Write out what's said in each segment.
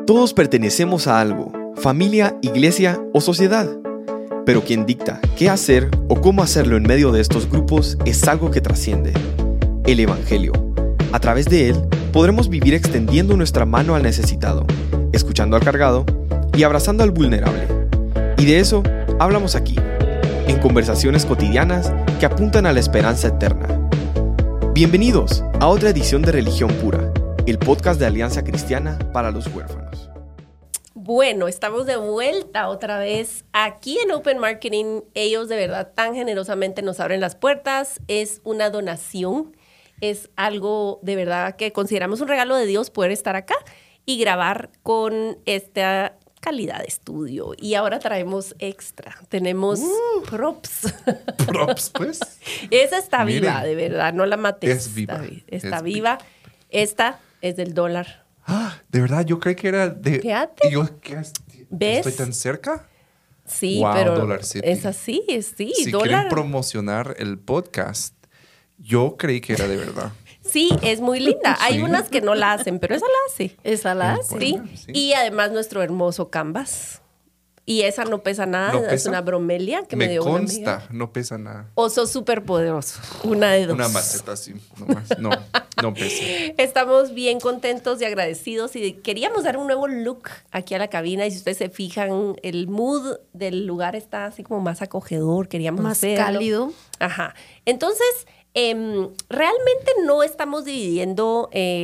Todos pertenecemos a algo, familia, iglesia o sociedad. Pero quien dicta qué hacer o cómo hacerlo en medio de estos grupos es algo que trasciende: el Evangelio. A través de él podremos vivir extendiendo nuestra mano al necesitado, escuchando al cargado y abrazando al vulnerable. Y de eso hablamos aquí, en conversaciones cotidianas que apuntan a la esperanza eterna. Bienvenidos a otra edición de Religión Pura, el podcast de Alianza Cristiana para los Huérfanos. Bueno, estamos de vuelta otra vez aquí en Open Marketing. Ellos de verdad tan generosamente nos abren las puertas. Es una donación, es algo de verdad que consideramos un regalo de Dios poder estar acá y grabar con esta calidad de estudio. Y ahora traemos extra. Tenemos props. Props, pues. Esa está Miren, viva, de verdad. No la mates. es viva. Está viva. Esta es del dólar. De verdad, yo creí que era de... Fíjate. Y yo, ¿Ves? ¿Estoy tan cerca? Sí, Wow, pero Dollar City. es así, sí. Si dólar. quieren promocionar el podcast, yo creí que era de verdad. Sí, es muy linda. Hay Sí. unas que no la hacen, pero esa la hace. Esa la Es hace. buena. Sí. sí. Y además nuestro hermoso canvas. Y esa no pesa nada, ¿No es pesa? una bromelia que me Me dio una consta, amiga. no pesa nada. Oso súper poderoso. Una de dos. Una maceta así, nomás. No pesa. Estamos bien contentos y agradecidos y queríamos dar un nuevo look aquí a la cabina. Y si ustedes se fijan, el mood del lugar está así como más acogedor. Queríamos Más hacerlo. cálido. Ajá. Entonces, realmente no estamos dividiendo,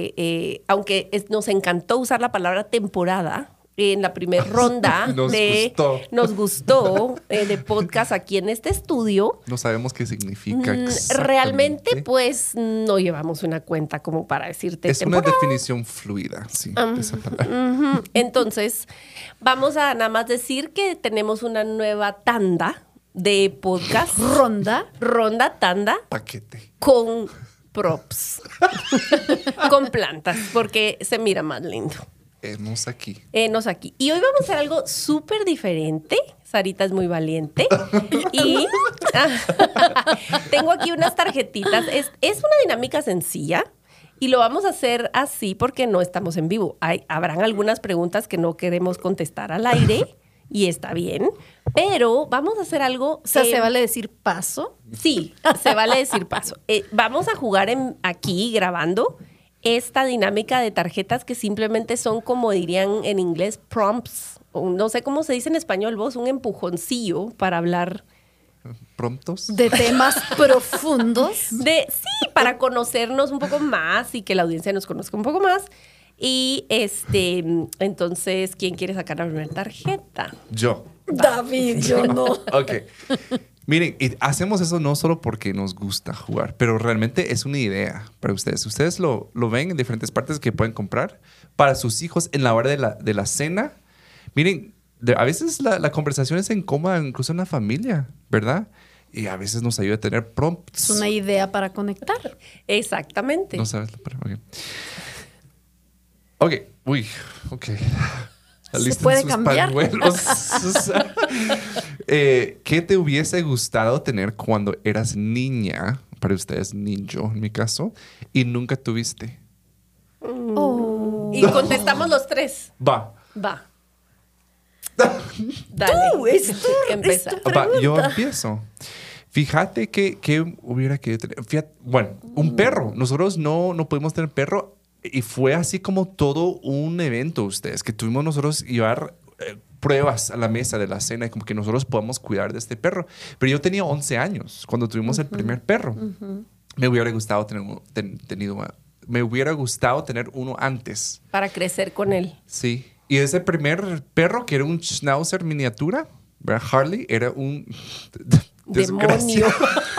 aunque nos encantó usar la palabra temporada en la primera ronda nos gustó de podcast aquí en este estudio. No sabemos qué significa exactamente. Realmente, pues, no llevamos una cuenta como para decirte Es una temporada. definición fluida, sí, de esa palabra. Ujú. Entonces, vamos a nada más decir que tenemos una nueva tanda de podcast. Ronda tanda Paquete. con props. Con plantas, porque se mira más lindo. Hemos aquí. Enos aquí. Y hoy vamos a hacer algo súper diferente. Sarita es muy valiente. Y tengo aquí unas tarjetitas. Es una dinámica sencilla. Y lo vamos a hacer así porque no estamos en vivo. Habrán algunas preguntas que no queremos contestar al aire. Y está bien. Pero vamos a hacer algo... O sea, ¿se vale decir paso? Sí, se vale decir paso. Vamos a jugar aquí grabando esta dinámica de tarjetas que simplemente son, como dirían en inglés, prompts. O no sé cómo se dice en español, vos, un empujoncillo para hablar. ¿Prontos? De temas profundos. Sí, para conocernos un poco más y que la audiencia nos conozca un poco más. Y entonces, ¿quién quiere sacar la primera tarjeta? Yo. David, yo no. Ok. Miren, y hacemos eso no solo porque nos gusta jugar, pero realmente es una idea para ustedes. Ustedes lo ven en diferentes partes que pueden comprar para sus hijos en la hora de la cena. Miren, a veces la conversación es incómoda, incluso en la familia, ¿verdad? Y a veces nos ayuda a tener prompts. Es una idea para conectar. Exactamente. No sabes, pero ok. Ok. Alisten puede sus cambiar. pañuelos. ¿Qué te hubiese gustado tener cuando eras niña? Para ustedes, niño en mi caso, y nunca tuviste. Y contestamos los tres. Va. Dale. Empieza. Va, yo empiezo. Fíjate que hubiera querido tener. Bueno, un perro. Nosotros no pudimos tener perro. Y fue así como todo un evento, ustedes, que tuvimos nosotros llevar pruebas a la mesa de la cena y como que nosotros podamos cuidar de este perro. Pero yo tenía 11 años cuando tuvimos el primer perro. Me hubiera gustado me hubiera gustado tener uno antes. Para crecer con él. Sí. Y ese primer perro, que era un schnauzer miniatura, ¿verdad? Harley, era un... Demonio.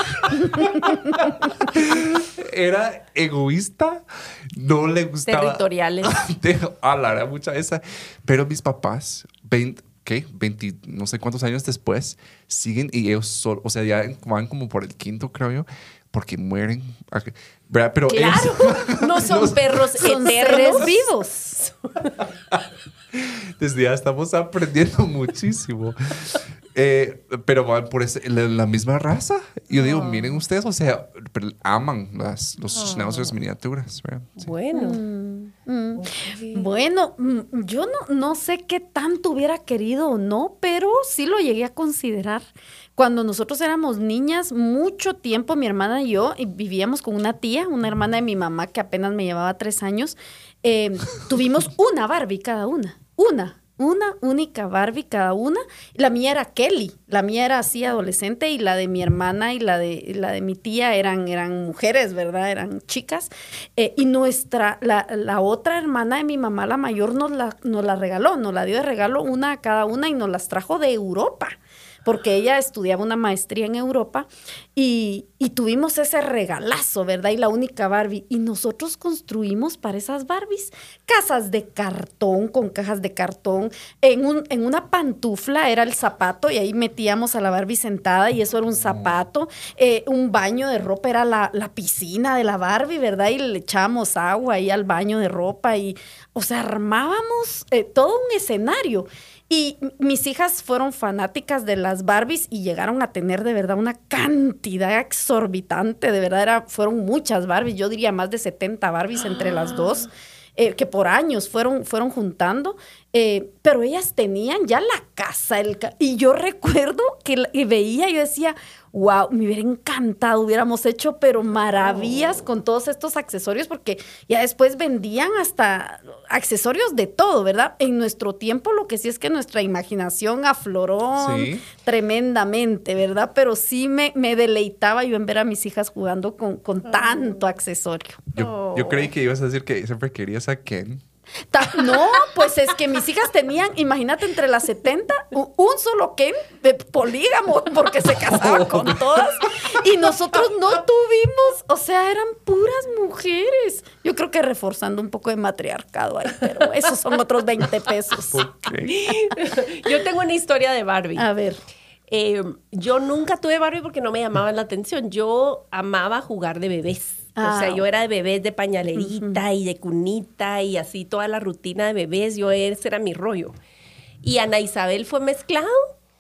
Era egoísta, no le gustaba. Territoriales. Era mucha esa. Pero mis papás, 20, no sé cuántos años después, siguen y ellos solo, o sea, ya van como por el quinto, creo yo, porque mueren. ¿Verdad? Pero claro, ellos, no son perros Son eternos. seres vivos. desde ya estamos aprendiendo muchísimo. Pero van por la misma raza. Yo digo, miren ustedes, o sea, aman los schnauzer, las miniaturas, ¿verdad? Sí. Bueno. Bueno, yo no sé qué tanto hubiera querido o no, pero sí lo llegué a considerar. Cuando nosotros éramos niñas, mucho tiempo mi hermana y yo vivíamos con una tía, una hermana de mi mamá que apenas me llevaba 3 años. Tuvimos una Barbie cada una. Una única Barbie cada una. La mía era Kelly, la mía era así adolescente y la de mi hermana y la de mi tía eran mujeres, ¿verdad? Eran chicas. Y la otra hermana de mi mamá, la mayor, nos la regaló, nos la dio de regalo una a cada una y nos las trajo de Europa, porque ella estudiaba una maestría en Europa y tuvimos ese regalazo, ¿verdad? Y la única Barbie. Y nosotros construimos para esas Barbies casas de cartón, con cajas de cartón. En una pantufla era el zapato y ahí metíamos a la Barbie sentada y eso era un zapato. Un baño de ropa era la piscina de la Barbie, ¿verdad? Y le echábamos agua ahí al baño de ropa o sea, armábamos todo un escenario. Y mis hijas fueron fanáticas de las Barbies y llegaron a tener de verdad una cantidad exorbitante, de verdad fueron muchas Barbies, yo diría más de 70 Barbies entre las dos, que por años fueron juntando, pero ellas tenían ya la casa, y yo recuerdo que veía, yo decía, wow, me hubiera encantado, hubiéramos hecho pero maravillas con todos estos accesorios, porque ya después vendían hasta accesorios de todo, ¿verdad? En nuestro tiempo lo que sí es que nuestra imaginación afloró tremendamente, ¿verdad? Pero sí me deleitaba yo en ver a mis hijas jugando con tanto accesorio. Yo creí que ibas a decir que siempre querías a Ken. No, pues es que mis hijas tenían, imagínate, entre las 70, un solo Ken de polígamo, porque se casaba con todas. Y nosotros no tuvimos, o sea, eran puras mujeres. Yo creo que reforzando un poco de matriarcado ahí, pero esos son otros 20 pesos. Okay. Yo tengo una historia de Barbie. A ver. Yo nunca tuve Barbie porque no me llamaban la atención. Yo amaba jugar de bebés. O sea, yo era de bebés de pañalerita y de cunita y así toda la rutina de bebés. Ese era mi rollo. Y Ana Isabel fue mezclado.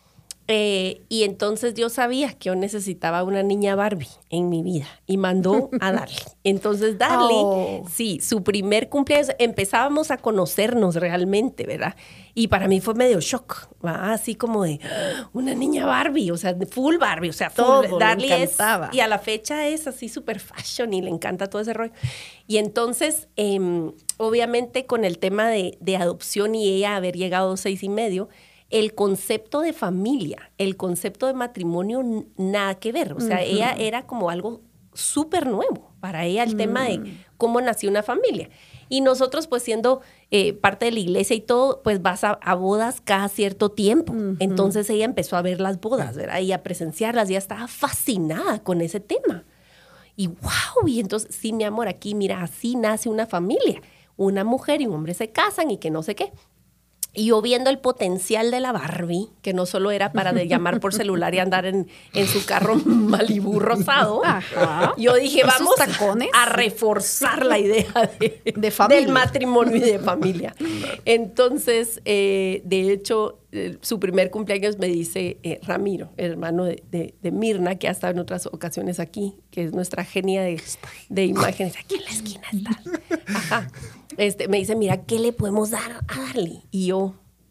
Y entonces yo sabía que yo necesitaba una niña Barbie en mi vida. Y mandó a Darly. Entonces Darly, sí, su primer cumpleaños, empezábamos a conocernos realmente, ¿verdad? Y para mí fue medio shock, ¿va? Así como de una niña Barbie, o sea, full Barbie, o sea, full. Todo, Darly le encantaba. y a la fecha es así súper fashion y le encanta todo ese rollo. Y entonces, obviamente con el tema de adopción y ella haber llegado a 6 y medio, el concepto de familia, el concepto de matrimonio, nada que ver. O sea, ella era como algo súper nuevo para ella, el tema de cómo nació una familia. Y nosotros, pues siendo parte de la iglesia y todo, pues vas a bodas cada cierto tiempo. Entonces ella empezó a ver las bodas, ¿verdad? Y a presenciarlas, ya estaba fascinada con ese tema. Y wow, y entonces, sí, mi amor, aquí, mira, así nace una familia. Una mujer y un hombre se casan y que no sé qué. Y yo viendo el potencial de la Barbie, que no solo era para llamar por celular y andar en su carro Malibú rosado, yo dije, vamos a reforzar la idea de familia, del matrimonio y de familia. Entonces, de hecho, su primer cumpleaños me dice Ramiro, el hermano de Mirna, que ha estado en otras ocasiones aquí, que es nuestra genia de imágenes. Aquí en la esquina está. Ajá. Me dice, mira, ¿qué le podemos dar a Darly? Y yo,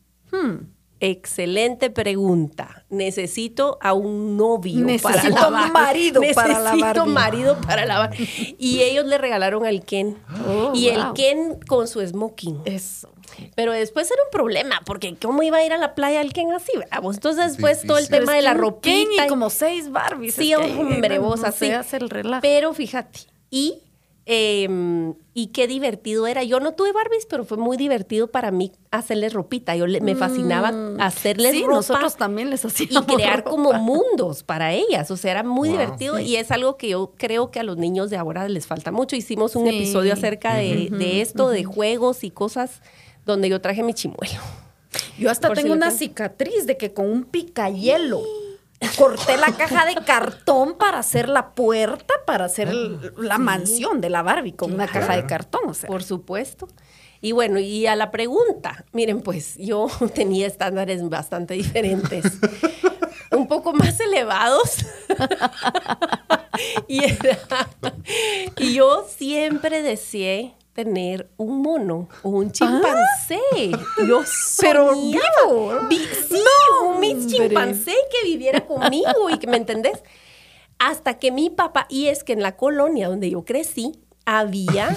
excelente pregunta. Necesito a un novio para la Barbie. Necesito marido para la Barbie. Y ellos le regalaron al Ken. El Ken con su smoking. Eso. Pero después era un problema, porque ¿cómo iba a ir a la playa el Ken así? Entonces después todo el tema de la ropita. Y como 6 Barbies. Sí, hombre, vos así. Hace el relajo. Pero fíjate, y qué divertido era. Yo no tuve Barbies, pero fue muy divertido para mí hacerles ropita. Me fascinaba hacerles ropa. Nosotros también les hacíamos y crear ropa. como mundos para ellas. O sea, era muy divertido y es algo que yo creo que a los niños de ahora les falta mucho. Hicimos un episodio acerca de esto, de juegos y cosas donde yo traje mi chimuelo. Yo hasta tengo una cicatriz de que con un picayelo corté la caja de cartón para hacer la puerta, para hacer la mansión de la Barbie con una caja de cartón. O sea. Por supuesto. Y bueno, y a la pregunta, miren, pues yo tenía estándares bastante diferentes, un poco más elevados. Y yo siempre deseé tener un mono o un chimpancé. Yo Pero soñaba. vivo. Sí, un Miss chimpancé que viviera conmigo y que, ¿me entendés? Hasta que mi papá, y es que en la colonia donde yo crecí, había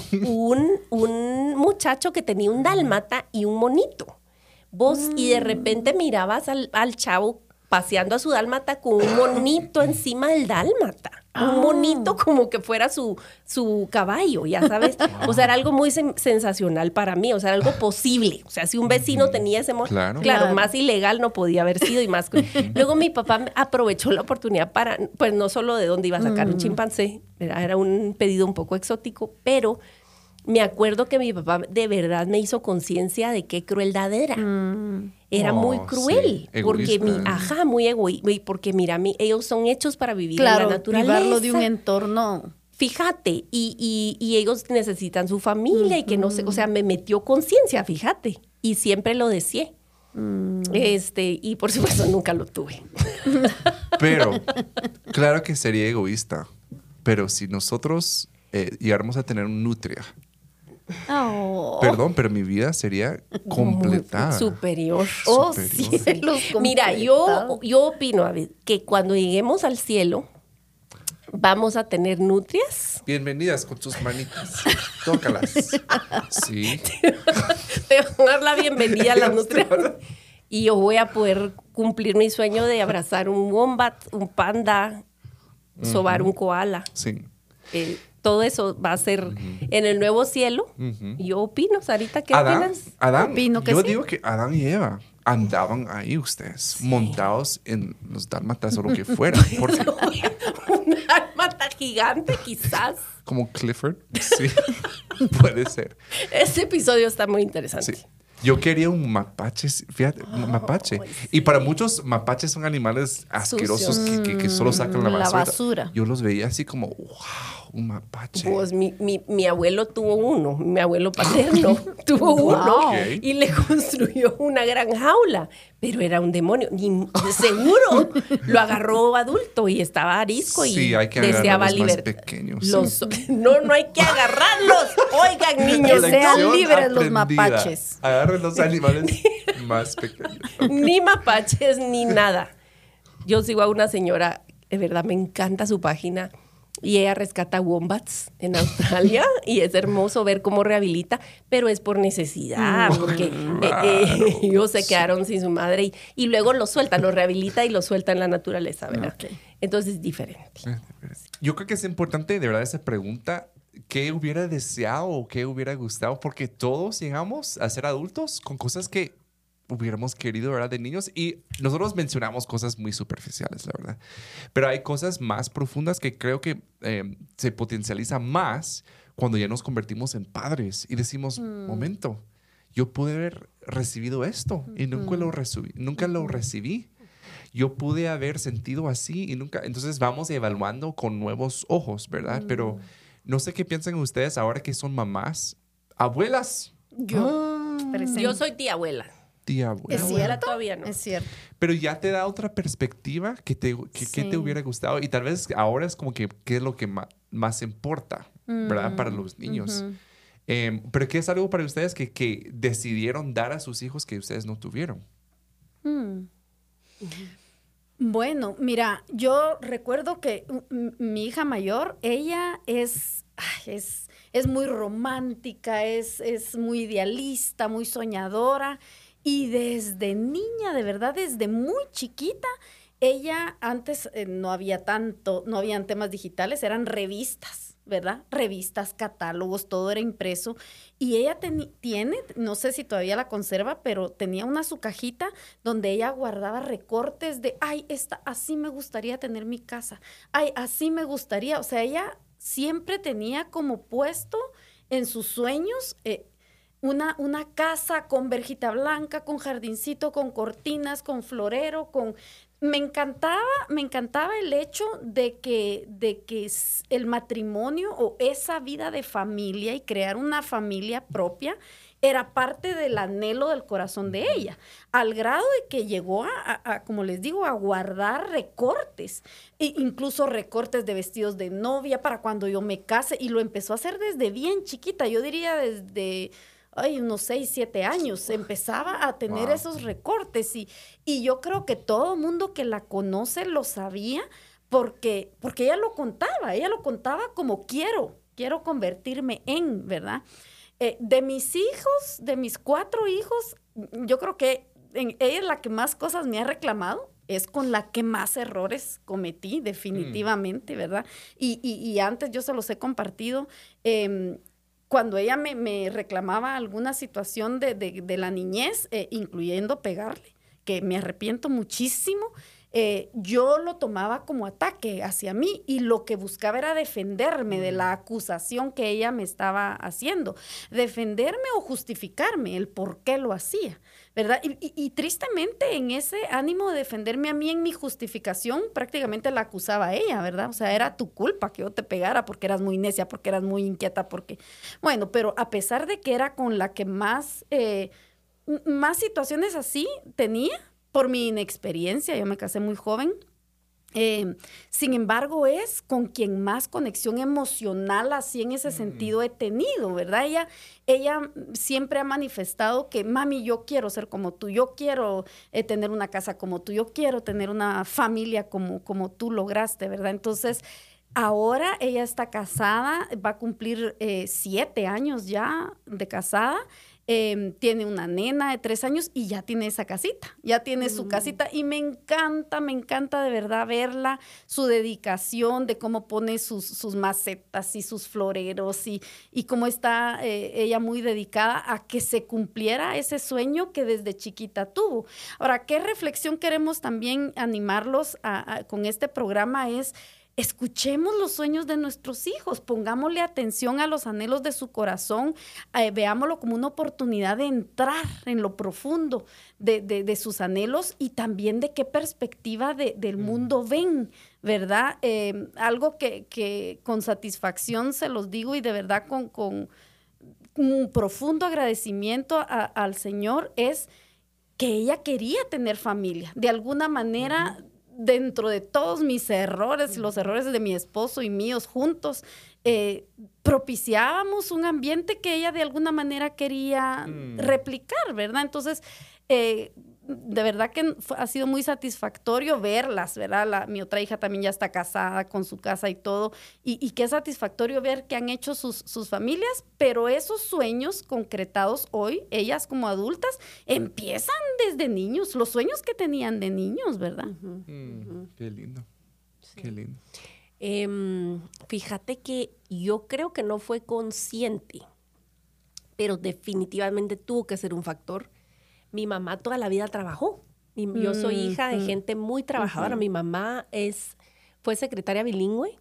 un muchacho que tenía un dálmata y un monito. Y de repente mirabas al chavo paseando a su dálmata con un monito encima del dálmata. Un monito como que fuera su caballo, ya sabes. O sea, era algo muy sensacional para mí. O sea, era algo posible. O sea, si un vecino tenía ese mono, claro, más ilegal no podía haber sido y más. Luego mi papá aprovechó la oportunidad para, pues no solo de dónde iba a sacar un chimpancé, era un pedido un poco exótico, pero me acuerdo que mi papá de verdad me hizo conciencia de qué crueldad era. Era muy cruel. Sí, porque muy egoísta. Porque mira, ellos son hechos para vivir en la naturaleza. Privarlo de un entorno. Fíjate, y ellos necesitan su familia y que no sé, o sea, me metió conciencia, fíjate. Y siempre lo deseé. Y por supuesto nunca lo tuve. Pero, claro que sería egoísta. Pero si nosotros llegáramos a tener un nutria, perdón, pero mi vida sería completada. Superior. Oh, Superior. cielos, Mira, yo opino, David, que cuando lleguemos al cielo, vamos a tener nutrias. Bienvenidas con tus manitas. Tócalas. Sí. Te van a dar la bienvenida a las nutrias. Y yo voy a poder cumplir mi sueño de abrazar un wombat, un panda, sobar un koala. Sí. Todo eso va a ser en el nuevo cielo. Yo opino, Sarita, ¿qué opinas? Adán, Opino que yo sí. digo que Adán y Eva andaban ahí ustedes, montados en los dálmatas o lo que fuera. Porque, Un dálmata gigante, quizás. como Clifford. Sí, puede ser. Ese episodio está muy interesante. Sí. Yo quería un mapache, fíjate, un mapache. Y para muchos, mapaches son animales asquerosos que solo sacan la basura. Yo los veía así como, wow, un mapache. Pues mi abuelo tuvo uno, mi abuelo paterno tuvo uno Ok. y le construyó una gran jaula, pero era un demonio. Seguro lo agarró adulto y estaba arisco y Sí, hay que deseaba agarrar los más libertad. pequeños. No hay que agarrarlos. Oigan, niños, Que sean Lección libres los aprendida. mapaches. Agarren los animales más pequeños. ni mapaches ni nada. Yo sigo a una señora, de verdad me encanta su página, y ella rescata wombats en Australia y es hermoso ver cómo rehabilita, pero es por necesidad, porque ellos se quedaron sin su madre y luego los suelta, los rehabilita y los suelta en la naturaleza, ¿verdad? Ok. Entonces es diferente. Yo creo que es importante, de verdad, esa pregunta. ¿Qué hubiera deseado o qué hubiera gustado? Porque todos llegamos a ser adultos con cosas que hubiéramos querido, ¿verdad? De niños. Y nosotros mencionamos cosas muy superficiales, la verdad. Pero hay cosas más profundas que creo que se potencializa más cuando ya nos convertimos en padres y decimos, momento, yo pude haber recibido esto y nunca lo recibí. Yo pude haber sentido así y nunca. Entonces vamos evaluando con nuevos ojos, ¿verdad? Pero no sé qué piensan ustedes ahora que son mamás, abuelas. Yo soy tía abuela. Tía abuela. ¿Es Abuela cierto? todavía no. Es cierto. Pero ya te da otra perspectiva que te Sí. hubiera gustado. Y tal vez ahora es como que qué es lo que más importa, ¿verdad? Para los niños. Pero ¿qué es algo para ustedes que decidieron dar a sus hijos que ustedes no tuvieron? Bueno, mira, yo recuerdo que mi hija mayor, ella es muy romántica, es muy idealista, muy soñadora. Y desde niña, de verdad, desde muy chiquita, ella antes no habían temas digitales, eran revistas, ¿verdad? Revistas, catálogos, todo era impreso. Y ella tiene, no sé si todavía la conserva, pero tenía su cajita donde ella guardaba recortes de, ay, así me gustaría tener mi casa. Ay, así me gustaría. O sea, ella siempre tenía como puesto en sus sueños una casa con verjita blanca, con jardincito, con cortinas, con florero, Me encantaba el hecho de que el matrimonio o esa vida de familia y crear una familia propia era parte del anhelo del corazón de ella, al grado de que llegó como les digo, a guardar recortes, e incluso recortes de vestidos de novia para cuando yo me case, y lo empezó a hacer desde bien chiquita, yo diría desde unos 6, 7 años, empezaba a tener esos recortes, y yo creo que todo mundo que la conoce lo sabía, porque ella lo contaba como quiero convertirme en, ¿verdad? De mis hijos, de mis 4 hijos, yo creo que ella es la que más cosas me ha reclamado, es con la que más errores cometí, definitivamente, ¿verdad? Y antes yo se los he compartido, cuando ella me reclamaba alguna situación de la niñez, incluyendo pegarle, que me arrepiento muchísimo, yo lo tomaba como ataque hacia mí y lo que buscaba era defenderme de la acusación que ella me estaba haciendo, defenderme o justificarme el por qué lo hacía, ¿verdad? Y tristemente en ese ánimo de defenderme a mí en mi justificación prácticamente la acusaba a ella, ¿verdad? O sea, era tu culpa que yo te pegara porque eras muy necia, porque eras muy inquieta, porque... Bueno, pero a pesar de que era con la que más situaciones así tenía, por mi inexperiencia, yo me casé muy joven, sin embargo es con quien más conexión emocional así en ese sentido he tenido, ¿verdad? Ella siempre ha manifestado que, mami, yo quiero ser como tú, yo quiero tener una casa como tú, yo quiero tener una familia como tú lograste, ¿verdad? Entonces, ahora ella está casada, va a cumplir 7 años ya de casada. Tiene una nena de 3 años y ya tiene esa casita, ya tiene su casita y me encanta de verdad verla, su dedicación de cómo pone sus macetas y sus floreros y cómo está ella muy dedicada a que se cumpliera ese sueño que desde chiquita tuvo. Ahora, ¿qué reflexión queremos también animarlos con este programa? Es: escuchemos los sueños de nuestros hijos, pongámosle atención a los anhelos de su corazón, veámoslo como una oportunidad de entrar en lo profundo de sus anhelos y también de qué perspectiva del mundo ven, ¿verdad? Algo que con satisfacción se los digo y de verdad con un profundo agradecimiento al Señor es que ella quería tener familia. De alguna manera... Dentro de todos mis errores, los errores de mi esposo y míos juntos, propiciábamos un ambiente que ella de alguna manera quería replicar, ¿verdad? Entonces, de verdad que ha sido muy satisfactorio verlas, ¿verdad? Mi otra hija también ya está casada con su casa y todo, y qué satisfactorio ver que han hecho sus familias, pero esos sueños concretados hoy, ellas como adultas, empiezan desde niños, los sueños que tenían de niños, ¿verdad? Qué lindo, sí. Qué lindo. Fíjate que yo creo que no fue consciente, pero definitivamente tuvo que ser un factor. Mi mamá toda la vida trabajó. Yo soy hija de gente muy trabajadora. Mi mamá fue secretaria bilingüe.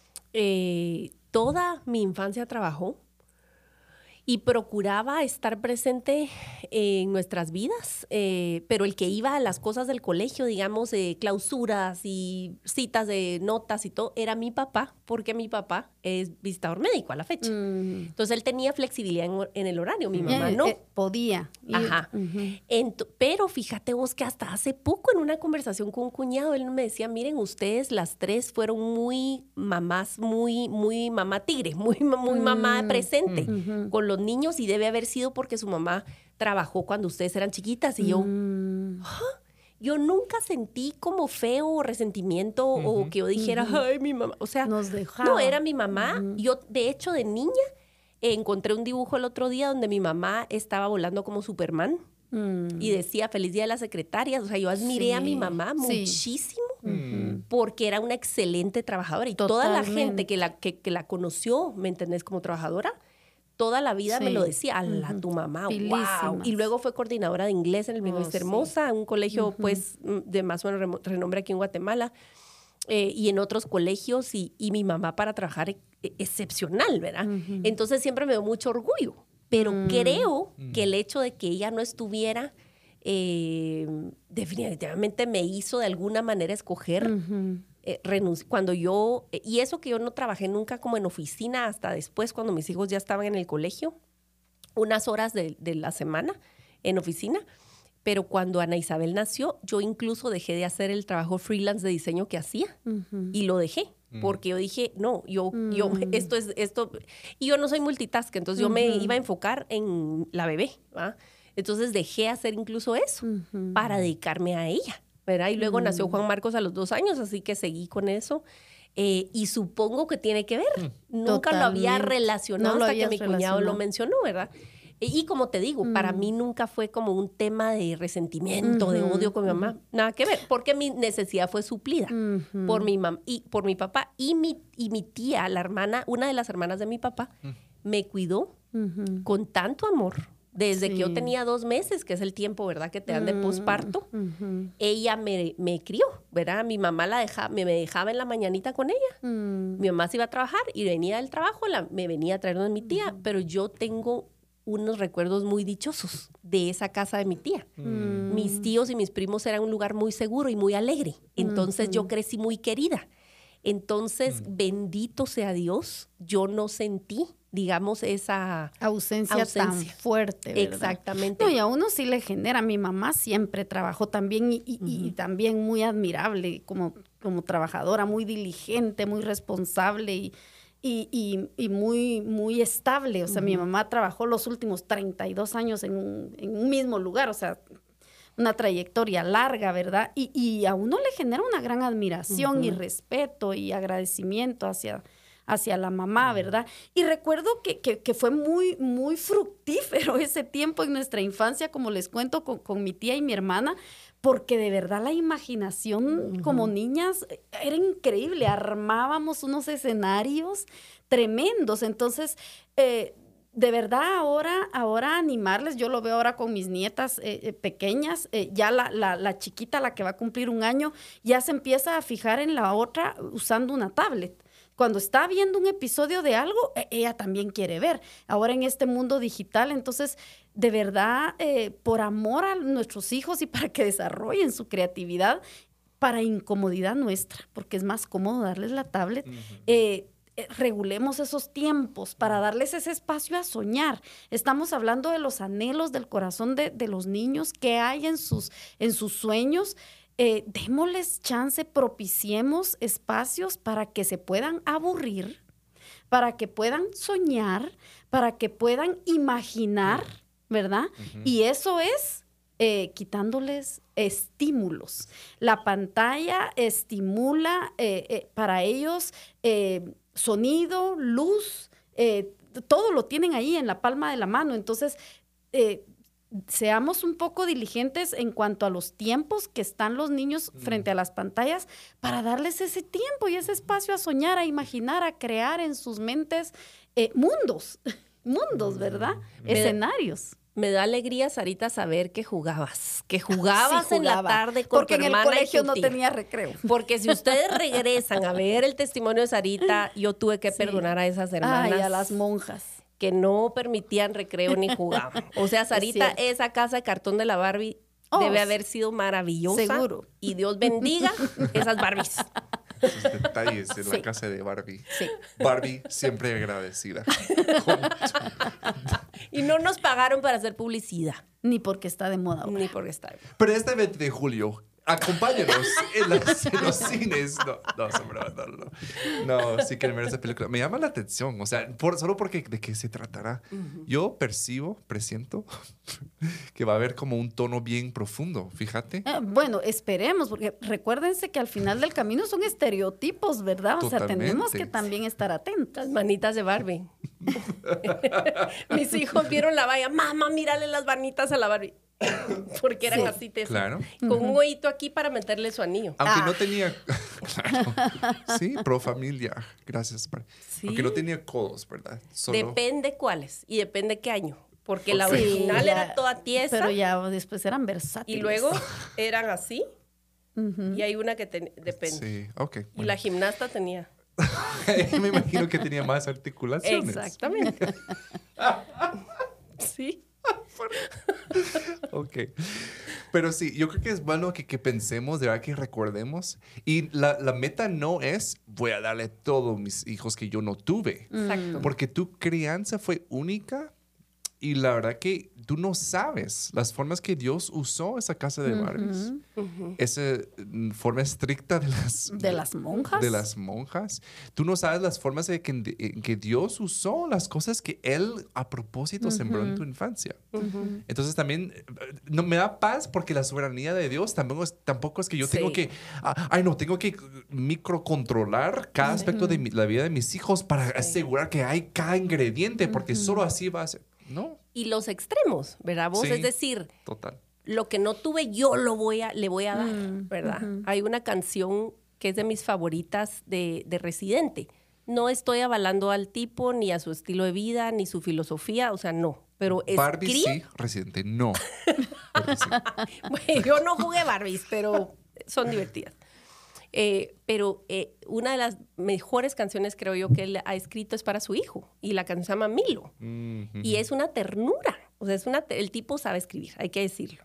Toda mi infancia trabajó y procuraba estar presente en nuestras vidas, pero el que iba a las cosas del colegio, digamos, clausuras y citas de notas y todo, era mi papá, porque mi papá es visitador médico a la fecha. Entonces, él tenía flexibilidad en el horario, mi mamá no. Podía. Ajá. Pero fíjate vos que hasta hace poco en una conversación con un cuñado, él me decía, miren, ustedes las 3 fueron muy mamás, muy mamá tigre, muy mamá presente con los niños y debe haber sido porque su mamá trabajó cuando ustedes eran chiquitas y yo nunca sentí como feo o resentimiento o que yo dijera, ay, mi mamá, o sea, no, era mi mamá. Yo, de hecho, de niña encontré un dibujo el otro día donde mi mamá estaba volando como Superman y decía, feliz día de las secretarias. O sea, yo admiré a mi mamá muchísimo porque era una excelente trabajadora y toda la gente que la conoció, ¿me entendés? Como trabajadora, toda la vida me lo decía, ala, tu mamá, wow. Y luego fue coordinadora de inglés en el Vista Hermosa, un colegio pues de más o menos renombre aquí en Guatemala, y en otros colegios, y mi mamá para trabajar excepcional, ¿verdad? Entonces siempre me dio mucho orgullo, pero creo que el hecho de que ella no estuviera definitivamente me hizo de alguna manera escoger cuando yo, y eso que yo no trabajé nunca como en oficina hasta después cuando mis hijos ya estaban en el colegio, unas horas de la semana en oficina. Pero cuando Ana Isabel nació, yo incluso dejé de hacer el trabajo freelance de diseño que hacía y lo dejé. Porque yo dije, no, yo esto. Y yo no soy multitask, entonces yo me iba a enfocar en la bebé, ¿va? Entonces dejé hacer incluso eso para dedicarme a ella, ¿verdad? Y luego nació Juan Marcos a los 2 años, así que seguí con eso. Y supongo que tiene que ver. Nunca lo había relacionado hasta que mi cuñado lo mencionó, ¿verdad? Y como te digo, para mí nunca fue como un tema de resentimiento, de odio con mi mamá. Nada que ver, porque mi necesidad fue suplida por mi mamá y por mi papá. Y mi tía, la hermana, una de las hermanas de mi papá, me cuidó con tanto amor. Desde que yo tenía 2 meses, que es el tiempo, ¿verdad?, que te dan de posparto, ella me crió, ¿verdad? Mi mamá me dejaba en la mañanita con ella. Mi mamá se iba a trabajar y venía del trabajo, me venía a traer donde mi tía, pero yo tengo unos recuerdos muy dichosos de esa casa de mi tía. Mis tíos y mis primos eran un lugar muy seguro y muy alegre. Entonces yo crecí muy querida. Entonces, bendito sea Dios, yo no sentí, digamos, esa ausencia tan fuerte, ¿verdad? Exactamente. No, y a uno sí le genera. Mi mamá siempre trabajó también y también muy admirable como trabajadora, muy diligente, muy responsable y muy, muy estable. O sea, mi mamá trabajó los últimos 32 años en un mismo lugar, o sea, una trayectoria larga, ¿verdad? Y a uno le genera una gran admiración y respeto y agradecimiento hacia la mamá, ¿verdad? Y recuerdo que fue muy, muy fructífero ese tiempo en nuestra infancia, como les cuento, con mi tía y mi hermana, porque de verdad la imaginación como niñas era increíble. Armábamos unos escenarios tremendos. Entonces, de verdad, ahora animarles, yo lo veo ahora con mis nietas pequeñas, ya la chiquita, la que va a cumplir 1 año, ya se empieza a fijar en la otra usando una tablet. Cuando está viendo un episodio de algo, ella también quiere ver. Ahora en este mundo digital, entonces, de verdad, por amor a nuestros hijos y para que desarrollen su creatividad, para incomodidad nuestra, porque es más cómodo darles la tablet, regulemos esos tiempos para darles ese espacio a soñar. Estamos hablando de los anhelos del corazón de los niños que hay en sus sueños. Démosles chance, propiciemos espacios para que se puedan aburrir, para que puedan soñar, para que puedan imaginar, ¿verdad? Y eso es quitándoles estímulos. La pantalla estimula para ellos sonido, luz, todo lo tienen ahí en la palma de la mano. Entonces, seamos un poco diligentes en cuanto a los tiempos que están los niños frente a las pantallas para darles ese tiempo y ese espacio a soñar, a imaginar, a crear en sus mentes mundos, ¿verdad? Escenarios. Me da alegría, Sarita, saber que jugabas en la tarde con porque tu en el hermana colegio y tu no tía. tenía recreo. Porque si ustedes regresan a ver el testimonio de Sarita, yo tuve que perdonar a esas hermanas. Ay, a las monjas. Que no permitían recreo ni jugaban. O sea, Sarita, esa casa de cartón de la Barbie debe haber sido maravillosa. Seguro. Y Dios bendiga esas Barbies. Esos detalles en la casa de Barbie. Sí. Barbie siempre agradecida. Y no nos pagaron para hacer publicidad. Ni porque está de moda ahora. Ni porque está. Pero este 20 de julio, acompáñanos en los cines. No, sí quieren ver esa película. Me llama la atención, o sea, solo porque de qué se tratará. Yo presiento que va a haber como un tono bien profundo, fíjate. Bueno, esperemos, porque recuérdense que al final del camino son estereotipos, ¿verdad? O sea, tenemos que también estar atentos. Las manitas de Barbie. Mis hijos vieron la valla. Mamá, mírale las manitas a la Barbie. Porque eran así tesas. Claro. Con un hoyito aquí para meterle su anillo. Aunque no tenía... Claro. Sí, pro familia. Gracias. Sí. Aunque no tenía codos, ¿verdad? Depende cuáles y depende qué año. Porque la original era toda tiesa. Pero ya después eran versátiles. Y luego eran así. Y hay una que depende. Sí, ok. Y bueno. la gimnasta tenía. Me imagino que tenía más articulaciones. Exactamente. Sí. Ok. Pero sí, yo creo que es bueno que pensemos, de verdad que recordemos. Y la meta no es voy a darle a todos mis hijos que yo no tuve. Exacto. Porque tu crianza fue única Y la verdad que tú no sabes las formas que Dios usó esa casa de Barbies. Esa forma estricta de las monjas. De las monjas. Tú no sabes las formas en que Dios usó las cosas que Él a propósito sembró en tu infancia. Entonces también no me da paz porque la soberanía de Dios tampoco es que yo tengo que, tengo que microcontrolar cada aspecto de la vida de mis hijos para asegurar que hay cada ingrediente, porque solo así va a ser. No. Y los extremos, ¿verdad? Vos, Sí, es decir, total. Lo que no tuve yo le voy a dar, ¿verdad? Hay una canción que es de mis favoritas de Residente. No estoy avalando al tipo, ni a su estilo de vida, ni su filosofía, o sea, no. Pero Barbie sí, Residente no. Bueno, yo no jugué Barbies, pero son divertidas. Pero una de las mejores canciones, creo yo, que él ha escrito es para su hijo. Y la canción se llama Milo. Y es una ternura. O sea, el tipo sabe escribir, hay que decirlo.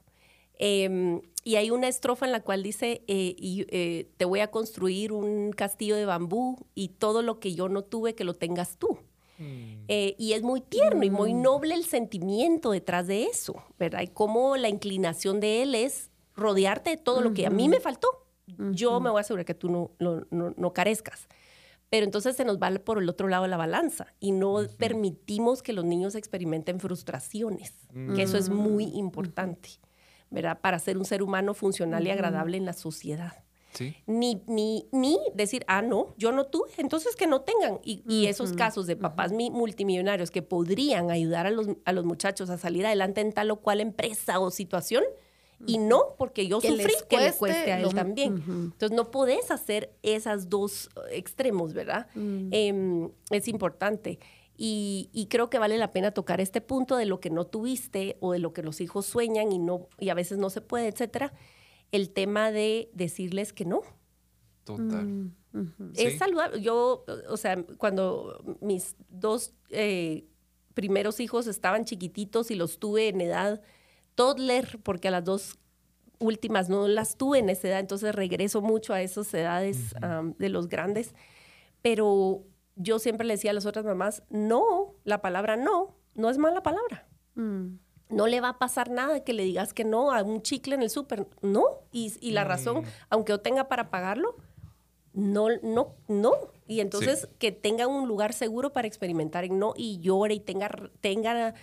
Y hay una estrofa en la cual dice, te voy a construir un castillo de bambú y todo lo que yo no tuve, que lo tengas tú. Y es muy tierno y muy noble el sentimiento detrás de eso, ¿verdad? Y cómo la inclinación de él es rodearte de todo lo que a mí me faltó. Yo me voy a asegurar que tú no carezcas. Pero entonces se nos va por el otro lado de la balanza y no permitimos que los niños experimenten frustraciones, que eso es muy importante, ¿verdad? Para ser un ser humano funcional y agradable en la sociedad. ¿Sí? Ni decir, no, yo no tuve, entonces que no tengan. Y esos casos de papás multimillonarios que podrían ayudar a los muchachos a salir adelante en tal o cual empresa o situación, y no, porque yo sufrí, que le cueste a él también. Entonces, no podés hacer esos dos extremos, ¿verdad? Es importante. Y creo que vale la pena tocar este punto de lo que no tuviste o de lo que los hijos sueñan y a veces no se puede, etcétera. El tema de decirles que no. Total. Es saludable. Yo, o sea, cuando mis dos primeros hijos estaban chiquititos y los tuve en edad toddler, porque a las dos últimas no las tuve en esa edad, entonces regreso mucho a esas edades de los grandes. Pero yo siempre le decía a las otras mamás, no, la palabra no es mala palabra. No le va a pasar nada que le digas que no a un chicle en el súper. No. Y la razón, aunque yo tenga para pagarlo, no. Y entonces que tenga un lugar seguro para experimentar en no y llore y tenga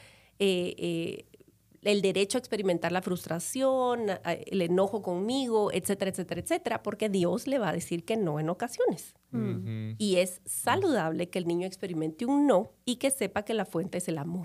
el derecho a experimentar la frustración, el enojo conmigo, etcétera, etcétera, etcétera, porque Dios le va a decir que no en ocasiones. Y es saludable que el niño experimente un no y que sepa que la fuente es el amor.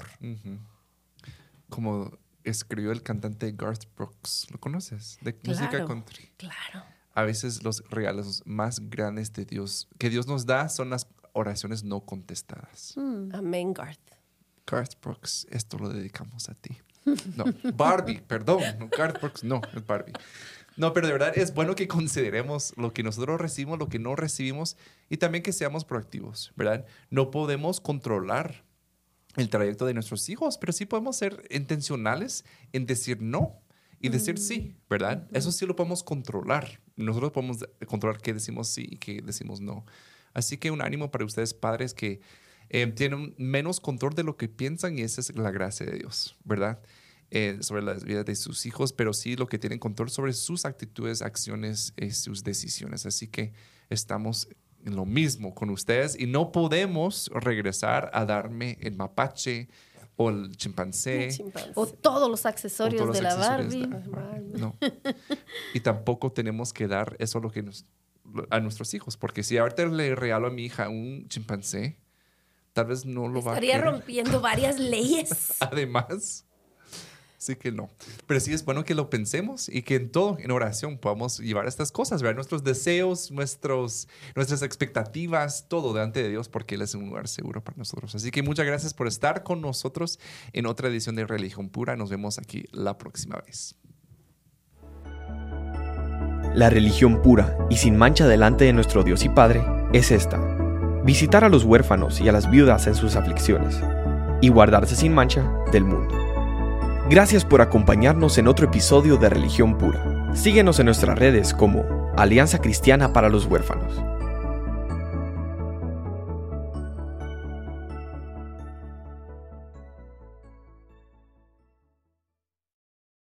Como escribió el cantante Garth Brooks, ¿lo conoces? De música country. Claro. A veces los regalos más grandes de Dios, que Dios nos da, son las oraciones no contestadas. Amén, Garth. Garth Brooks, esto lo dedicamos a ti. No, Barbie, perdón. No, Garth Brooks, no, es Barbie. No, pero de verdad es bueno que consideremos lo que nosotros recibimos, lo que no recibimos y también que seamos proactivos, ¿verdad? No podemos controlar el trayecto de nuestros hijos, pero sí podemos ser intencionales en decir no y decir sí, ¿verdad? Eso sí lo podemos controlar. Nosotros podemos controlar qué decimos sí y qué decimos no. Así que un ánimo para ustedes, padres, que tienen menos control de lo que piensan y esa es la gracia de Dios, ¿verdad? Sobre la vida de sus hijos, pero sí lo que tienen control sobre sus actitudes, acciones y sus decisiones. Así que estamos en lo mismo con ustedes y no podemos regresar a darme el mapache o el chimpancé. O todos los accesorios de la Barbie. No. Y tampoco tenemos que dar eso a nuestros hijos, porque si ahorita le regalo a mi hija un chimpancé, tal vez no lo va a querer. Estaría rompiendo varias leyes. Además, sí que no. Pero sí es bueno que lo pensemos y que en oración podamos llevar estas cosas, ¿verdad? Nuestros deseos, nuestras expectativas, todo delante de Dios, porque Él es un lugar seguro para nosotros. Así que muchas gracias por estar con nosotros en otra edición de Religión Pura. Nos vemos aquí la próxima vez. La religión pura y sin mancha delante de nuestro Dios y Padre es esta: visitar a los huérfanos y a las viudas en sus aflicciones y guardarse sin mancha del mundo. Gracias por acompañarnos en otro episodio de Religión Pura. Síguenos en nuestras redes como Alianza Cristiana para los Huérfanos.